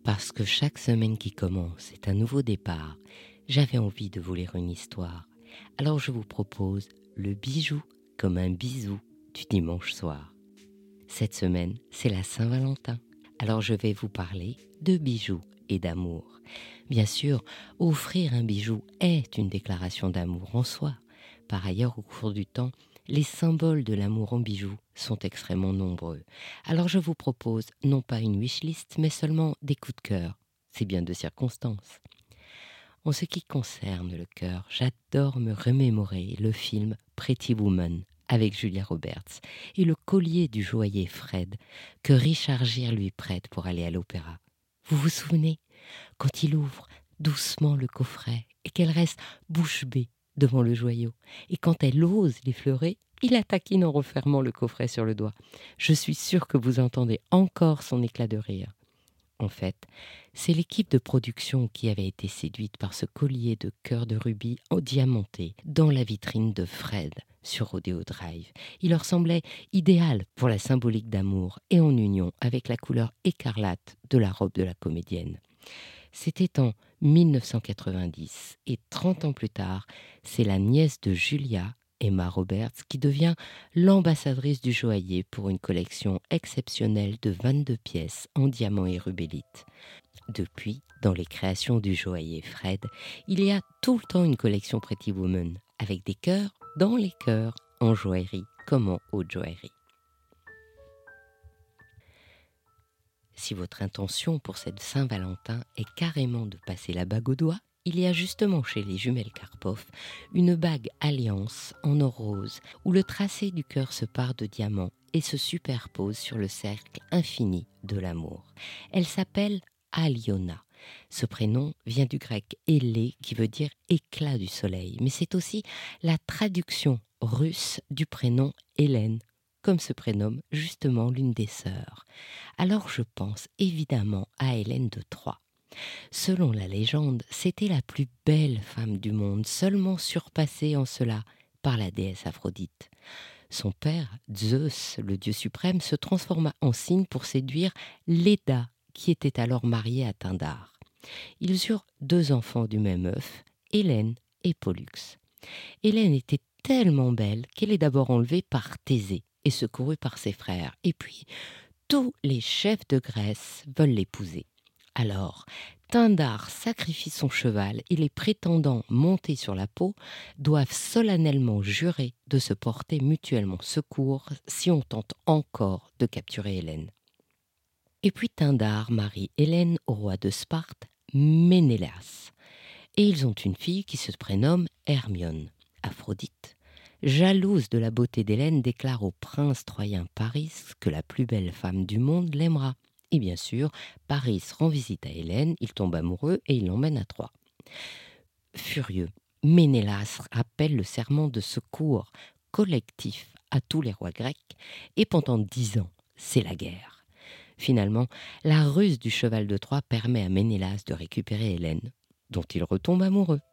Parce que chaque semaine qui commence est un nouveau départ, j'avais envie de vous lire une histoire. Alors je vous propose le bijou comme un bisou du dimanche soir. Cette semaine, c'est la Saint-Valentin. Alors je vais vous parler de bijoux et d'amour. Bien sûr, offrir un bijou est une déclaration d'amour en soi. Par ailleurs, au cours du temps, les symboles de l'amour en bijoux sont extrêmement nombreux. Alors je vous propose non pas une wishlist, mais seulement des coups de cœur. C'est bien de circonstance. En ce qui concerne le cœur, j'adore me remémorer le film Pretty Woman avec Julia Roberts et le collier du joaillier Fred que Richard Gere lui prête pour aller à l'opéra. Vous vous souvenez, quand il ouvre doucement le coffret et qu'elle reste bouche bée devant le joyau, et quand elle ose l'effleurer, il la taquine en refermant le coffret sur le doigt. Je suis sûre que vous entendez encore son éclat de rire. En fait, c'est l'équipe de production qui avait été séduite par ce collier de cœur de rubis diamanté dans la vitrine de Fred sur Rodeo Drive. Il leur semblait idéal pour la symbolique d'amour et en union avec la couleur écarlate de la robe de la comédienne. C'était en 1990 et 30 ans plus tard, c'est la nièce de Julia, Emma Roberts, qui devient l'ambassadrice du joaillier pour une collection exceptionnelle de 22 pièces en diamant et rubélite. Depuis, dans les créations du joaillier Fred, il y a tout le temps une collection Pretty Woman, avec des cœurs dans les cœurs, en joaillerie comme en haute joaillerie. Si votre intention pour cette Saint-Valentin est carrément de passer la bague au doigt, il y a justement chez les jumelles Karpov une bague alliance en or rose où le tracé du cœur se part de diamants et se superpose sur le cercle infini de l'amour. Elle s'appelle Aliona. Ce prénom vient du grec élé qui veut dire éclat du soleil, mais c'est aussi la traduction russe du prénom Hélène, comme se prénomme justement l'une des sœurs. Alors je pense évidemment à Hélène de Troie. Selon la légende, c'était la plus belle femme du monde, seulement surpassée en cela par la déesse Aphrodite. Son père, Zeus, le dieu suprême, se transforma en cygne pour séduire Léda, qui était alors mariée à Pindare. Ils eurent 2 enfants du même œuf, Hélène et Pollux. Hélène était tellement belle qu'elle est d'abord enlevée par Thésée et secourue par ses frères. Et puis, tous les chefs de Grèce veulent l'épouser. Alors, Pindare sacrifie son cheval et les prétendants montés sur la peau doivent solennellement jurer de se porter mutuellement secours si on tente encore de capturer Hélène. Et puis Pindare marie Hélène au roi de Sparte, Ménélas. Et ils ont une fille qui se prénomme Hermione. Aphrodite, jalouse de la beauté d'Hélène, déclare au prince troyen Paris que la plus belle femme du monde l'aimera. Et bien sûr, Paris rend visite à Hélène, il tombe amoureux et il l'emmène à Troie. Furieux, Ménélas rappelle le serment de secours collectif à tous les rois grecs et pendant 10 ans, c'est la guerre. Finalement, la ruse du cheval de Troie permet à Ménélas de récupérer Hélène, dont il retombe amoureux.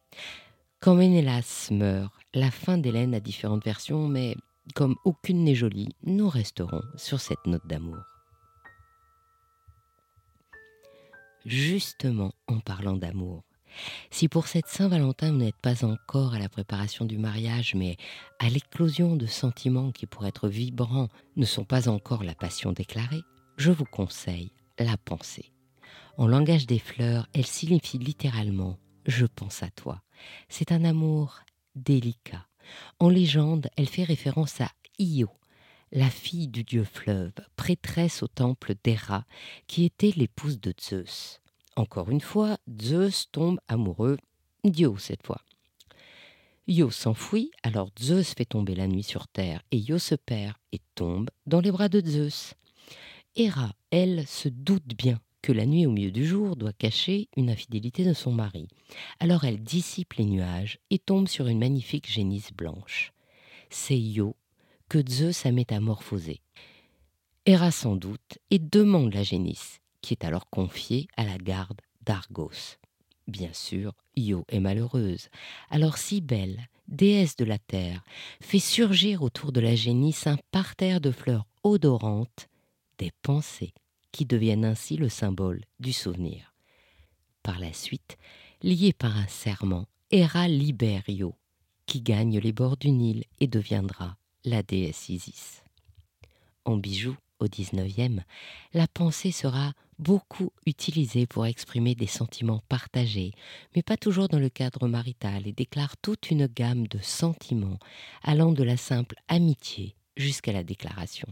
Quand Ménélas meurt, la fin d'Hélène a différentes versions, mais comme aucune n'est jolie, nous resterons sur cette note d'amour. Justement, en parlant d'amour, si pour cette Saint-Valentin vous n'êtes pas encore à la préparation du mariage, mais à l'éclosion de sentiments qui, pour être vibrants, ne sont pas encore la passion déclarée, je vous conseille la pensée. En langage des fleurs, elle signifie littéralement « je pense à toi ». C'est un amour délicat. En légende, elle fait référence à Io, la fille du dieu fleuve, prêtresse au temple d'Héra, qui était l'épouse de Zeus. Encore une fois, Zeus tombe amoureux d'Io cette fois. Io s'enfuit, alors Zeus fait tomber la nuit sur terre et Io se perd et tombe dans les bras de Zeus. Héra, elle, se doute bien que la nuit au milieu du jour doit cacher une infidélité de son mari. Alors elle dissipe les nuages et tombe sur une magnifique génisse blanche. C'est Io que Zeus a métamorphosée. Héra s'en doute et demande la génisse, qui est alors confiée à la garde d'Argos. Bien sûr, Io est malheureuse. Alors Cybèle, déesse de la terre, fait surgir autour de la génisse un parterre de fleurs odorantes, des pensées qui deviennent ainsi le symbole du souvenir. Par la suite, lié par un serment, Héra libère Io, qui gagne les bords du Nil et deviendra la déesse Isis. En bijoux, au XIXe, la pensée sera beaucoup utilisée pour exprimer des sentiments partagés, mais pas toujours dans le cadre marital, et déclare toute une gamme de sentiments allant de la simple amitié jusqu'à la déclaration.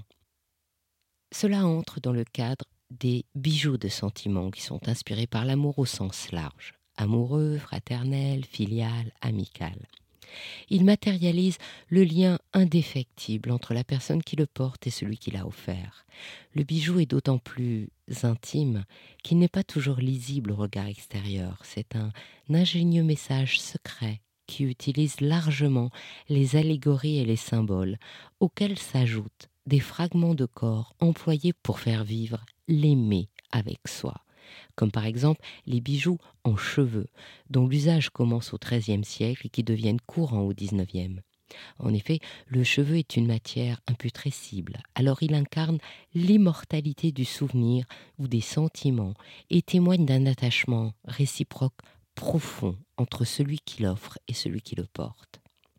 Cela entre dans le cadre des bijoux de sentiments qui sont inspirés par l'amour au sens large, amoureux, fraternel, filial, amical. Il matérialise le lien indéfectible entre la personne qui le porte et celui qui l'a offert. Le bijou est d'autant plus intime qu'il n'est pas toujours lisible au regard extérieur. C'est un ingénieux message secret qui utilise largement les allégories et les symboles, auxquels s'ajoutent des fragments de corps employés pour faire vivre l'aimé avec soi, comme par exemple les bijoux en cheveux, dont l'usage commence au XIIIe siècle et qui deviennent courants au XIXe. En effet, le cheveu est une matière imputrescible, alors il incarne l'immortalité du souvenir ou des sentiments et témoigne d'un attachement réciproque profond entre celui qui l'offre et celui qui le porte.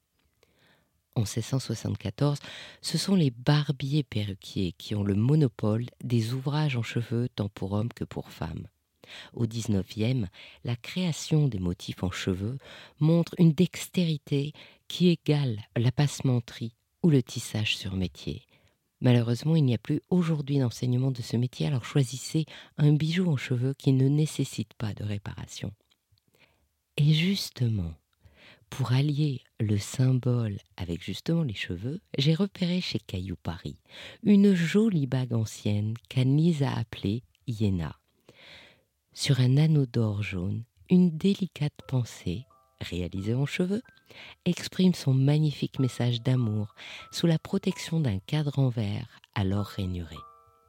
En 1674, ce sont les barbiers perruquiers qui ont le monopole des ouvrages en cheveux tant pour hommes que pour femmes. Au XIXe, la création des motifs en cheveux montre une dextérité qui égale la passementerie ou le tissage sur métier. Malheureusement, il n'y a plus aujourd'hui d'enseignement de ce métier, alors choisissez un bijou en cheveux qui ne nécessite pas de réparation. Et justement, pour allier le symbole avec justement les cheveux, j'ai repéré chez Caillou Paris une jolie bague ancienne qu'Anne-Lise a appelée Iéna. Sur un anneau d'or jaune, une délicate pensée, réalisée en cheveux, exprime son magnifique message d'amour sous la protection d'un cadre en verre alors rainuré.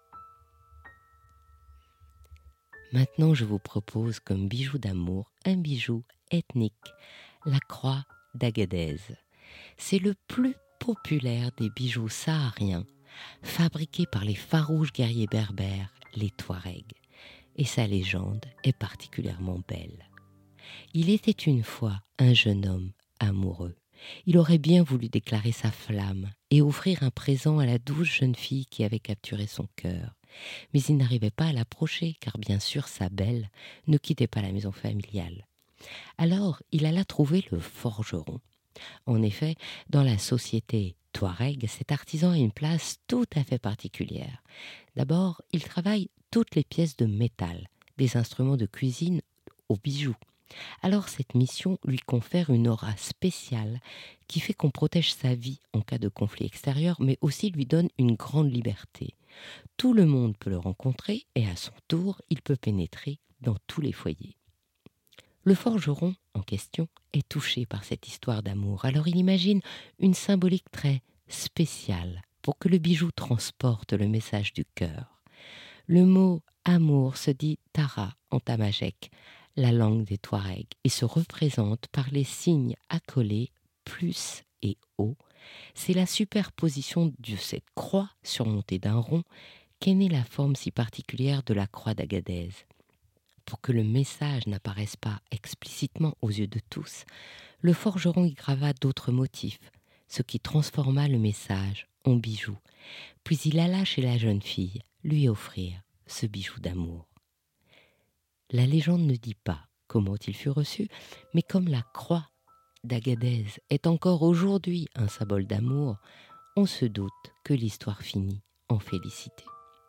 Maintenant, je vous propose comme bijou d'amour un bijou ethnique, la croix d'Agadez. C'est le plus populaire des bijoux sahariens, fabriqués par les farouches guerriers berbères, les Touaregs. Et sa légende est particulièrement belle. Il était une fois un jeune homme amoureux. Il aurait bien voulu déclarer sa flamme et offrir un présent à la douce jeune fille qui avait capturé son cœur. Mais il n'arrivait pas à l'approcher, car bien sûr sa belle ne quittait pas la maison familiale. Alors il alla trouver le forgeron. En effet, dans la société touareg, cet artisan a une place tout à fait particulière. D'abord, il travaille toutes les pièces de métal, des instruments de cuisine aux bijoux. Alors cette mission lui confère une aura spéciale qui fait qu'on protège sa vie en cas de conflit extérieur, mais aussi lui donne une grande liberté. Tout le monde peut le rencontrer et à son tour, il peut pénétrer dans tous les foyers. Le forgeron en question est touché par cette histoire d'amour, alors il imagine une symbolique très spéciale pour que le bijou transporte le message du cœur. Le mot amour se dit Tara en tamajek, la langue des Touaregs, et se représente par les signes accolés plus et haut. C'est la superposition de cette croix surmontée d'un rond qu'est née la forme si particulière de la croix d'Agadez. Pour que le message n'apparaisse pas explicitement aux yeux de tous, le forgeron y grava d'autres motifs, ce qui transforma le message en bijou. Puis il alla chez la jeune fille lui offrir ce bijou d'amour. La légende ne dit pas comment il fut reçu, mais comme la croix d'Agadez est encore aujourd'hui un symbole d'amour, on se doute que l'histoire finit en félicité.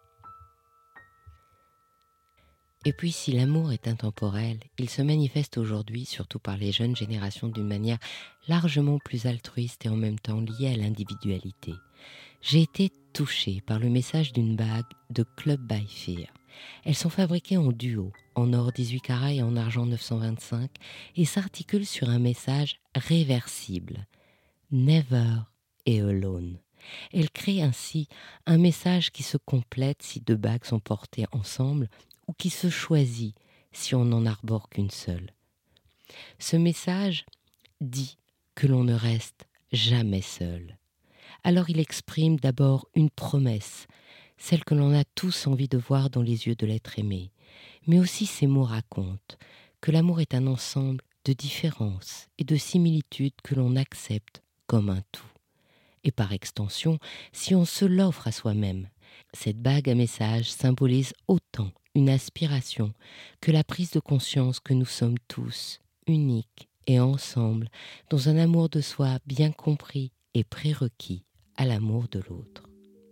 Et puis si l'amour est intemporel, il se manifeste aujourd'hui, surtout par les jeunes générations, d'une manière largement plus altruiste et en même temps liée à l'individualité. J'ai été touchée par le message d'une bague de Club by Fear. Elles sont fabriquées en duo, en or 18 carats et en argent 925, et s'articulent sur un message réversible. Never et alone. Elles créent ainsi un message qui se complète si deux bagues sont portées ensemble, ou qui se choisit si on n'en arbore qu'une seule. Ce message dit que l'on ne reste jamais seul. Alors il exprime d'abord une promesse, celle que l'on a tous envie de voir dans les yeux de l'être aimé. Mais aussi ces mots racontent que l'amour est un ensemble de différences et de similitudes que l'on accepte comme un tout. Et par extension, si on se l'offre à soi-même, cette bague à message symbolise autant une aspiration que la prise de conscience que nous sommes tous uniques et ensemble dans un amour de soi bien compris et prérequis à l'amour de l'autre.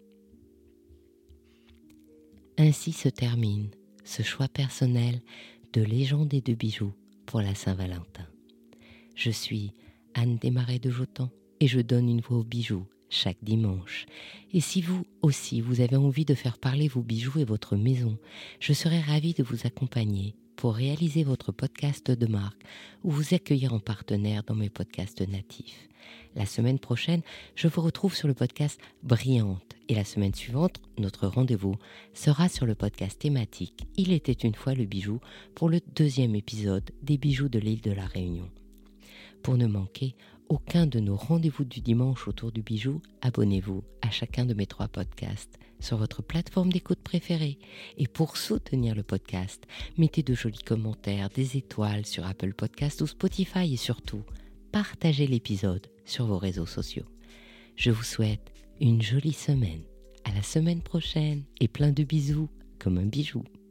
Ainsi se termine ce choix personnel de légende et de bijoux pour la Saint-Valentin. Je suis Anne Desmarais de Jotan et je donne une voix aux bijoux chaque dimanche. Et si vous aussi, vous avez envie de faire parler vos bijoux et votre maison, je serai ravie de vous accompagner pour réaliser votre podcast de marque ou vous accueillir en partenaire dans mes podcasts natifs. La semaine prochaine, je vous retrouve sur le podcast Brillante et la semaine suivante, notre rendez-vous sera sur le podcast thématique Il était une fois le bijou pour le 2e épisode des bijoux de l'île de la Réunion. Pour ne manquer aucun de nos rendez-vous du dimanche autour du bijou, abonnez-vous à chacun de mes 3 podcasts sur votre plateforme d'écoute préférée. Et pour soutenir le podcast, mettez de jolis commentaires, des étoiles sur Apple Podcasts ou Spotify et surtout, partagez l'épisode sur vos réseaux sociaux. Je vous souhaite une jolie semaine. À la semaine prochaine et plein de bisous comme un bijou.